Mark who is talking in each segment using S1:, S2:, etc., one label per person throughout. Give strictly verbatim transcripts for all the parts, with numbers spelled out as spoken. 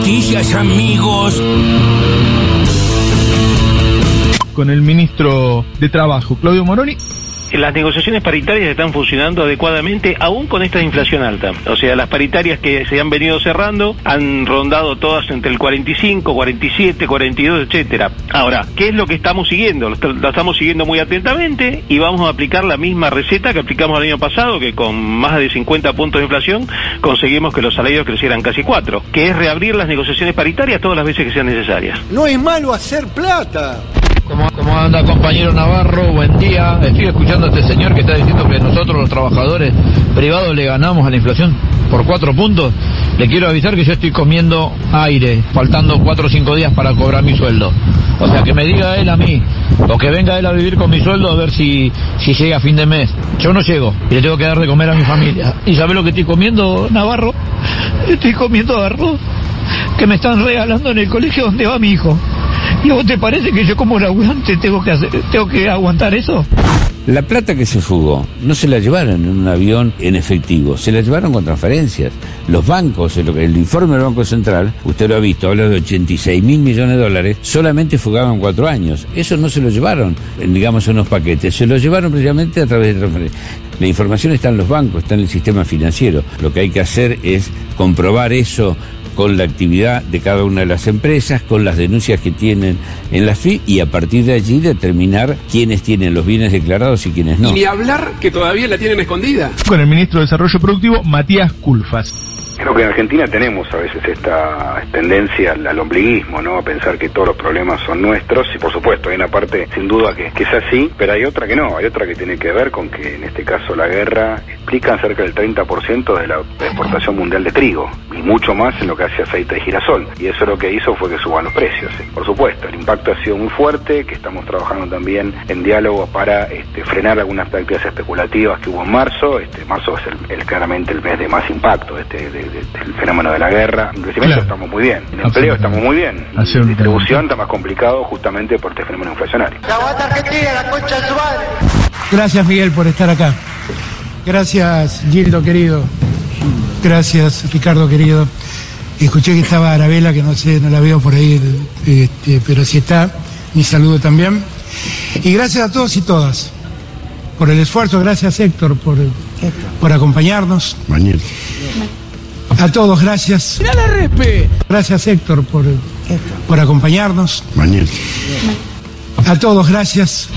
S1: noticias, amigos.
S2: Con el ministro de Trabajo, Claudio Moroni.
S3: Las negociaciones paritarias están funcionando adecuadamente, aún con esta inflación alta. O sea, las paritarias que se han venido cerrando han rondado todas entre el cuarenta y cinco, cuarenta y siete, cuarenta y dos, etcétera. Ahora, ¿qué es lo que estamos siguiendo? Lo, lo estamos siguiendo muy atentamente y vamos a aplicar la misma receta que aplicamos el año pasado, que con más de cincuenta puntos de inflación conseguimos que los salarios crecieran casi cuatro, que es reabrir las negociaciones paritarias todas las veces que sean necesarias.
S4: No es malo hacer plata.
S5: ¿Cómo, ¿Cómo anda, compañero Navarro? Buen día. Estoy escuchando a este señor que está diciendo que nosotros los trabajadores privados le ganamos a la inflación por cuatro puntos. Le quiero avisar que yo estoy comiendo aire, faltando cuatro o cinco días para cobrar mi sueldo. O sea, que me diga él a mí, o que venga él a vivir con mi sueldo a ver si, si llega a fin de mes. Yo no llego y le tengo que dar de comer a mi familia. ¿Y sabe lo que estoy comiendo, Navarro? Estoy comiendo arroz que me están regalando en el colegio donde va mi hijo. ¿Y a vos te parece que yo como laburante tengo que hacer, tengo que aguantar eso?
S6: La plata que se fugó no se la llevaron en un avión en efectivo, se la llevaron con transferencias. Los bancos, el, el informe del Banco Central, usted lo ha visto, habla de ochenta y seis mil millones de dólares, solamente fugaban cuatro años. Eso no se lo llevaron, digamos, en unos paquetes, se lo llevaron precisamente a través de transferencias. La información está en los bancos, está en el sistema financiero. Lo que hay que hacer es comprobar eso con la actividad de cada una de las empresas, con las denuncias que tienen en la F I y a partir de allí determinar quiénes tienen los bienes declarados y quiénes no.
S7: Y ni hablar que todavía la tienen escondida.
S2: Con el ministro de Desarrollo Productivo, Matías Culfas.
S8: Creo que en Argentina tenemos a veces esta tendencia al, al ombliguismo, ¿no? A pensar que todos los problemas son nuestros y por supuesto hay una parte sin duda que, que es así, pero hay otra que no, hay otra que tiene que ver con que en este caso la guerra explica cerca del treinta por ciento de la exportación mundial de trigo y mucho más en lo que hace aceite de girasol y eso lo que hizo fue que suban los precios, ¿sí? Por supuesto, el impacto ha sido muy fuerte, que estamos trabajando también en diálogo para este, frenar algunas prácticas especulativas que hubo en marzo. Este, marzo es el, el, claramente el mes de más impacto este, de, de, del fenómeno de la guerra. En crecimiento claro. Estamos muy bien, en empleo estamos muy bien, en distribución está más complicado justamente por este fenómeno inflacionario.
S4: ¡La aguanta Argentina, la concha de su madre!
S9: Gracias, Miguel, por estar acá. Gracias, Gildo querido. Gracias, Ricardo querido. Escuché que estaba Arabela, que no sé, no la veo por ahí, este, pero si está, mi saludo también. Y gracias a todos y todas por el esfuerzo. Gracias, Héctor, por, por acompañarnos.
S10: Mañana.
S9: A todos, gracias.
S4: ¡Mira la respe!
S9: Gracias, Héctor, por, por acompañarnos.
S10: Mañana.
S9: A todos, gracias.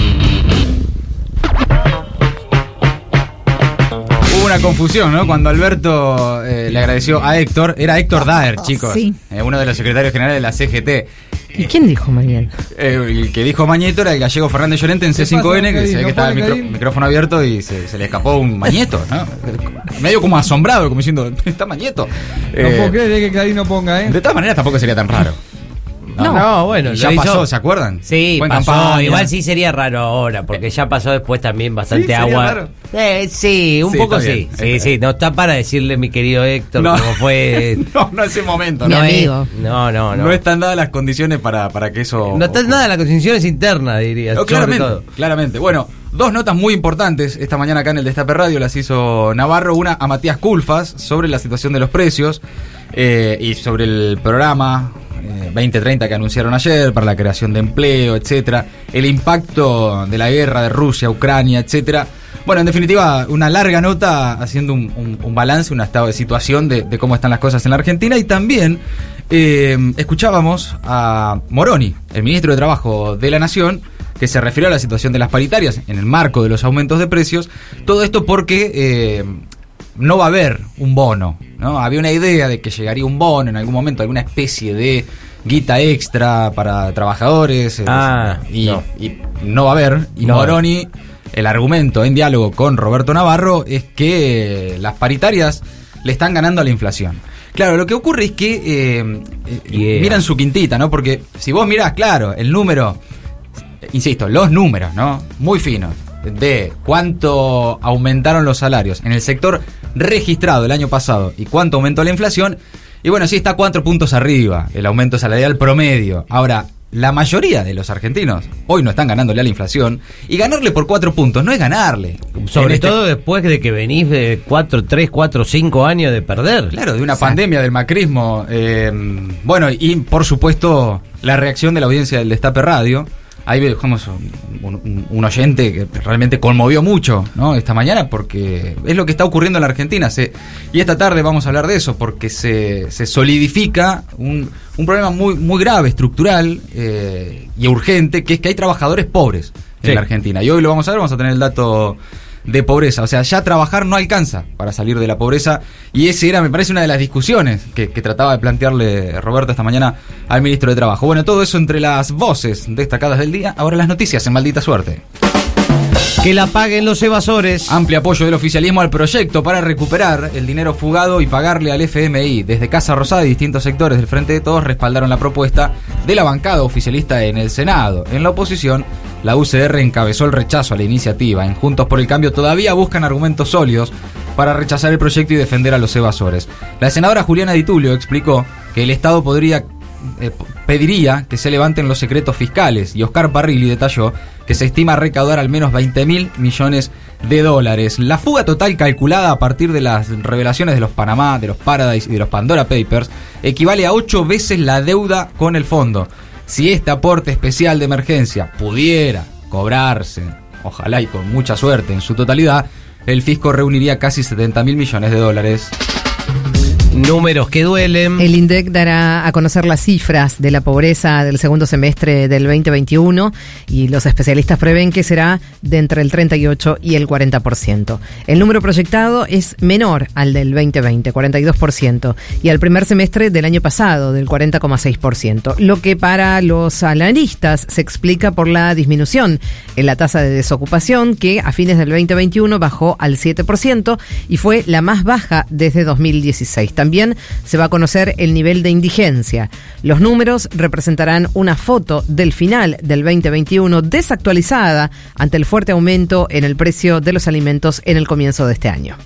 S11: Hubo una confusión, ¿no? Cuando Alberto eh, le agradeció a Héctor, era Héctor Daer, chicos.
S12: Sí.
S11: Eh, uno de los secretarios generales de la C G T.
S12: ¿Y quién dijo Mañeto?
S11: Eh, el que dijo Mañeto era el gallego Fernández Llorente en C cinco N, que se ve que estaba el micro, micrófono abierto y se, se le escapó un Mañeto, ¿no? Medio como asombrado, como diciendo, está Mañeto.
S13: No eh, puedo creer que Clarín no ponga, ¿eh?
S11: De todas maneras tampoco sería tan raro.
S12: No,
S14: no, bueno,
S11: ya
S14: hizo...
S11: pasó, ¿se acuerdan?
S14: Sí,
S11: Buen
S14: pasó.
S11: Campaña.
S14: Igual sí sería raro ahora, porque ya pasó después también bastante
S11: ¿Sí?
S14: agua.
S11: Raro?
S14: Eh, sí, un
S11: sí,
S14: poco sí.
S11: bien,
S14: Sí, sí, no está para decirle, mi querido Héctor,
S11: no.
S14: cómo fue.
S11: no, no es el momento.
S14: No,
S11: no,
S14: es, no, no, no.
S11: No están dadas las condiciones para, para que eso.
S14: No están dadas las condiciones internas, diría.
S11: No, claramente, todo. claramente. Bueno, dos notas muy importantes esta mañana acá en el Destape Radio las hizo Navarro. Una a Matías Culfas sobre la situación de los precios eh, y sobre el programa veinte treinta que anunciaron ayer para la creación de empleo, etcétera, el impacto de la guerra de Rusia, Ucrania, etcétera. Bueno, en definitiva, una larga nota haciendo un, un, un balance, un estado de situación de, de cómo están las cosas en la Argentina. Y también eh, escuchábamos a Moroni, el ministro de Trabajo de la Nación, que se refirió a la situación de las paritarias en el marco de los aumentos de precios. Todo esto porque eh, no va a haber un bono, ¿no? Había una idea de que llegaría un bono en algún momento, alguna especie de guita extra para trabajadores.
S14: Ah,
S11: y,
S14: no.
S11: y no va a haber. Y
S14: no.
S11: Moroni, el argumento en diálogo con Roberto Navarro es que las paritarias le están ganando a la inflación. Claro, lo que ocurre es que eh, yeah. miran su quintita, ¿no? Porque si vos mirás, claro, el número, insisto, los números, ¿no? Muy finos, de cuánto aumentaron los salarios en el sector registrado el año pasado y cuánto aumentó la inflación. Y bueno, sí está cuatro puntos arriba el aumento salarial promedio. Ahora, la mayoría de los argentinos hoy no están ganándole a la inflación, y ganarle por cuatro puntos no es ganarle.
S14: Sobre
S11: este...
S14: todo después de que venís de cuatro, tres, cuatro, cinco años de perder.
S11: Claro, de una
S14: Exacto.
S11: pandemia, del macrismo. Eh, bueno, y por supuesto la reacción de la audiencia del Destape Radio. Ahí dejamos un, un, un oyente que realmente conmovió mucho, ¿no?, esta mañana, porque es lo que está ocurriendo en la Argentina. Se, y esta tarde vamos a hablar de eso, porque se, se solidifica un, un problema muy, muy grave, estructural eh, y urgente, que es que hay trabajadores pobres en
S14: sí.
S11: la Argentina. Y hoy lo vamos a ver, vamos a tener el dato de pobreza. O sea, ya trabajar no alcanza para salir de la pobreza, y ese era, me parece, una de las discusiones que, que trataba de plantearle Roberto esta mañana al ministro de Trabajo. Bueno, todo eso entre las voces destacadas del día. Ahora las noticias en Maldita Suerte.
S14: Que la paguen los evasores.
S11: Amplio apoyo del oficialismo al proyecto para recuperar el dinero fugado y pagarle al F M I. Desde Casa Rosada y distintos sectores del Frente de Todos respaldaron la propuesta de la bancada oficialista en el Senado. En la oposición, la U C R encabezó el rechazo a la iniciativa. En Juntos por el Cambio todavía buscan argumentos sólidos para rechazar el proyecto y defender a los evasores. La senadora Juliana Di Tulio explicó que el Estado podría eh, pediría que se levanten los secretos fiscales, y Oscar Parrilli detalló que se estima recaudar al menos veinte mil millones de dólares. La fuga total calculada a partir de las revelaciones de los Panamá, de los Paradise y de los Pandora Papers equivale a ocho veces la deuda con el fondo. Si este aporte especial de emergencia pudiera cobrarse, ojalá y con mucha suerte, en su totalidad, el fisco reuniría casi setenta mil millones de dólares.
S14: Números que duelen.
S12: El INDEC dará a conocer las cifras de la pobreza del segundo semestre del veinte veintiuno, y los especialistas prevén que será de entre el treinta y ocho y el cuarenta por ciento. El número proyectado es menor al del veinte veinte, cuarenta y dos por ciento, y al primer semestre del año pasado, del cuarenta coma seis por ciento, lo que para los analistas se explica por la disminución en la tasa de desocupación, que a fines del veinte veintiuno bajó al siete por ciento y fue la más baja desde dos mil dieciséis. También se va a conocer el nivel de indigencia. Los números representarán una foto del final del veinte veintiuno desactualizada ante el fuerte aumento en el precio de los alimentos en el comienzo de este año.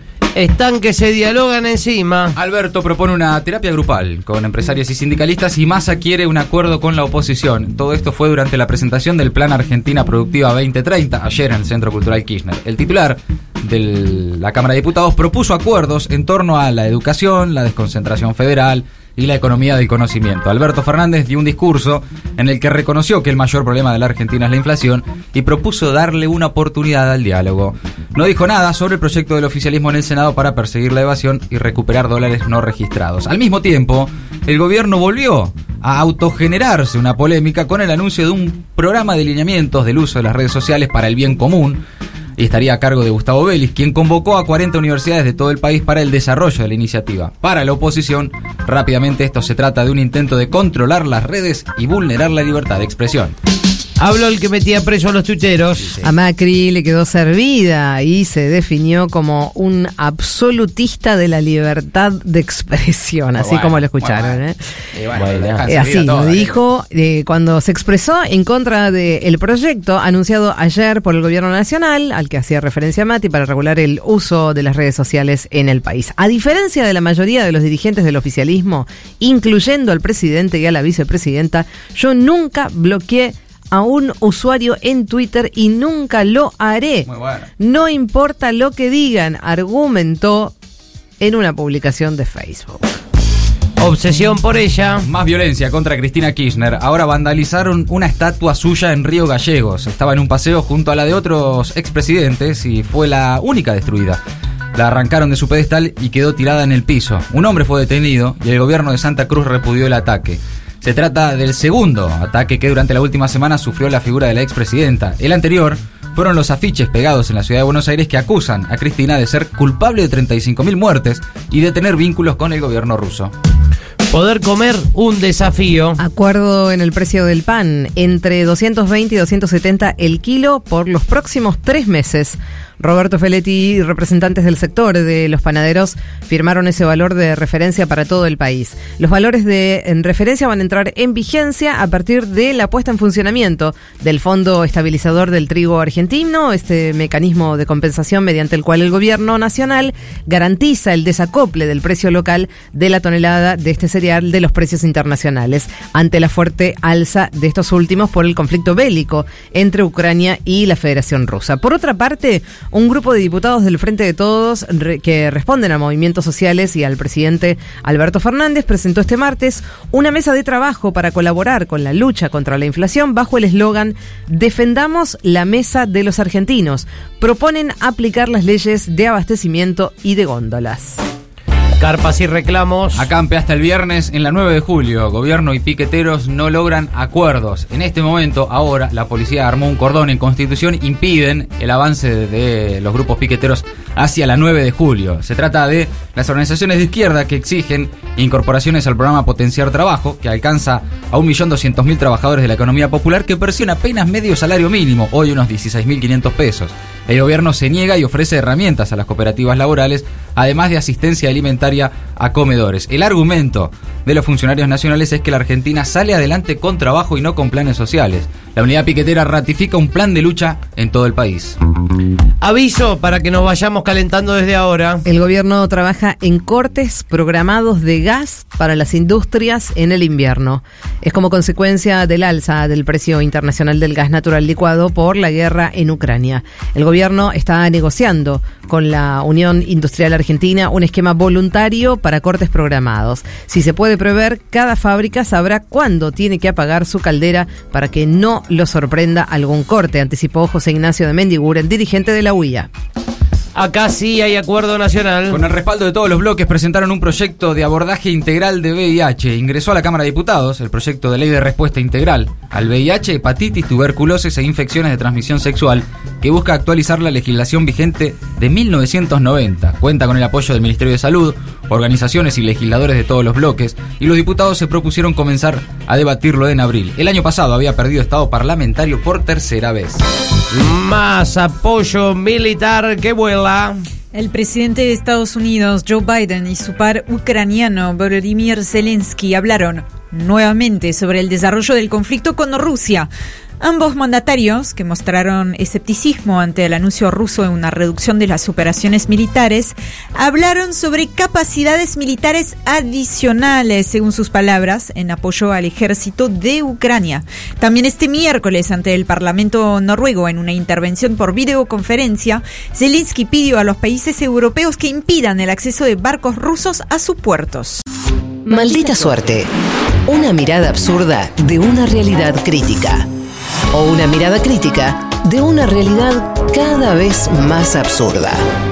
S14: Están que se dialogan encima.
S11: Alberto propone una terapia grupal con empresarios y sindicalistas, y Massa quiere un acuerdo con la oposición. Todo esto fue durante la presentación del Plan Argentina Productiva veinte treinta, ayer en el Centro Cultural Kirchner. El titular de la Cámara de Diputados propuso acuerdos en torno a la educación, la desconcentración federal y la economía del conocimiento. Alberto Fernández dio un discurso en el que reconoció que el mayor problema de la Argentina es la inflación y propuso darle una oportunidad al diálogo. No dijo nada sobre el proyecto del oficialismo en el Senado para perseguir la evasión y recuperar dólares no registrados. Al mismo tiempo, el gobierno volvió a autogenerarse una polémica con el anuncio de un programa de lineamientos del uso de las redes sociales para el bien común, y estaría a cargo de Gustavo Vélez, quien convocó a cuarenta universidades de todo el país para el desarrollo de la iniciativa. Para la oposición, rápidamente esto se trata de un intento de controlar las redes y vulnerar la libertad de expresión.
S14: Habló el que metía preso a los tuiteros.
S12: A Macri le quedó servida y se definió como un absolutista de la libertad de expresión, así
S11: bueno,
S12: como lo escucharon.
S11: bueno.
S12: ¿eh?
S11: Y bueno,
S14: Bueno,
S12: Eh, así lo dijo eh, cuando se expresó en contra del proyecto anunciado ayer por el Gobierno Nacional, al que hacía referencia Mati, para regular el uso de las redes sociales en el país. A diferencia de la mayoría de los dirigentes del oficialismo, incluyendo al presidente y a la vicepresidenta, yo nunca bloqueé a un usuario en Twitter y nunca lo haré.
S11: Muy bueno.
S12: No importa lo que digan, argumentó en una publicación de Facebook.
S14: Obsesión por ella.
S11: Más violencia contra Cristina Kirchner. Ahora vandalizaron una estatua suya en Río Gallegos. Estaba en un paseo junto a la de otros expresidentes y fue la única destruida. La arrancaron de su pedestal y quedó tirada en el piso. Un hombre fue detenido y el gobierno de Santa Cruz repudió el ataque. Se trata del segundo ataque que durante la última semana sufrió la figura de la expresidenta. El anterior fueron los afiches pegados en la ciudad de Buenos Aires que acusan a Cristina de ser culpable de treinta y cinco mil muertes y de tener vínculos con el gobierno ruso.
S14: Poder comer, un desafío.
S12: Acuerdo en el precio del pan, entre doscientos veinte y doscientos setenta el kilo por los próximos tres meses. Roberto Feletti y representantes del sector de los panaderos firmaron ese valor de referencia para todo el país. Los valores de en referencia van a entrar en vigencia a partir de la puesta en funcionamiento del Fondo Estabilizador del Trigo Argentino, este mecanismo de compensación mediante el cual el gobierno nacional garantiza el desacople del precio local de la tonelada de este cereal de los precios internacionales ante la fuerte alza de estos últimos por el conflicto bélico entre Ucrania y la Federación Rusa. Por otra parte, un grupo de diputados del Frente de Todos re, que responden a movimientos sociales y al presidente Alberto Fernández presentó este martes una mesa de trabajo para colaborar con la lucha contra la inflación bajo el eslogan Defendamos la mesa de los argentinos. Proponen aplicar las leyes de abastecimiento y de góndolas.
S14: Carpas y reclamos.
S11: Acampe hasta el viernes en la nueve de julio. Gobierno y piqueteros no logran acuerdos. En este momento, ahora, la policía armó un cordón en Constitución, impiden el avance de los grupos piqueteros hacia la nueve de julio. Se trata de las organizaciones de izquierda que exigen incorporaciones al programa Potenciar Trabajo, que alcanza a un millón doscientos mil trabajadores de la economía popular que perciben apenas medio salario mínimo, hoy unos dieciséis mil quinientos pesos. El gobierno se niega y ofrece herramientas a las cooperativas laborales, además de asistencia alimentaria a comedores. El argumento de los funcionarios nacionales es que la Argentina sale adelante con trabajo y no con planes sociales. La unidad piquetera ratifica un plan de lucha en todo el país.
S14: Aviso para que nos vayamos calentando desde ahora.
S12: El gobierno trabaja en cortes programados de gas para las industrias en el invierno. Es como consecuencia del alza del precio internacional del gas natural licuado por la guerra en Ucrania. El gobierno está negociando con la Unión Industrial Argentina un esquema voluntario para cortes programados. Si se puede prever, cada fábrica sabrá cuándo tiene que apagar su caldera para que no lo sorprenda algún corte, anticipó José Ignacio de Mendiguren, dirigente de la U I A.
S14: Acá sí hay acuerdo nacional.
S11: Con el respaldo de todos los bloques presentaron un proyecto de abordaje integral de V I H. Ingresó a la Cámara de Diputados el proyecto de ley de respuesta integral al V I H, hepatitis, tuberculosis e infecciones de transmisión sexual, que busca actualizar la legislación vigente de mil novecientos noventa. Cuenta con el apoyo del Ministerio de Salud, organizaciones y legisladores de todos los bloques, y los diputados se propusieron comenzar a debatirlo en abril. El año pasado había perdido estado parlamentario por tercera vez.
S14: Más apoyo militar que vuela.
S1: El presidente de Estados Unidos, Joe Biden, y su par ucraniano, Volodymyr Zelensky, hablaron nuevamente sobre el desarrollo del conflicto con Rusia. Ambos mandatarios, que mostraron escepticismo ante el anuncio ruso de una reducción de las operaciones militares, hablaron sobre capacidades militares adicionales, según sus palabras, en apoyo al ejército de Ucrania. También este miércoles, ante el Parlamento noruego, en una intervención por videoconferencia, Zelensky pidió a los países europeos que impidan el acceso de barcos rusos a sus puertos.
S10: Maldita suerte. Una mirada absurda de una realidad crítica. O una mirada crítica de una realidad cada vez más absurda.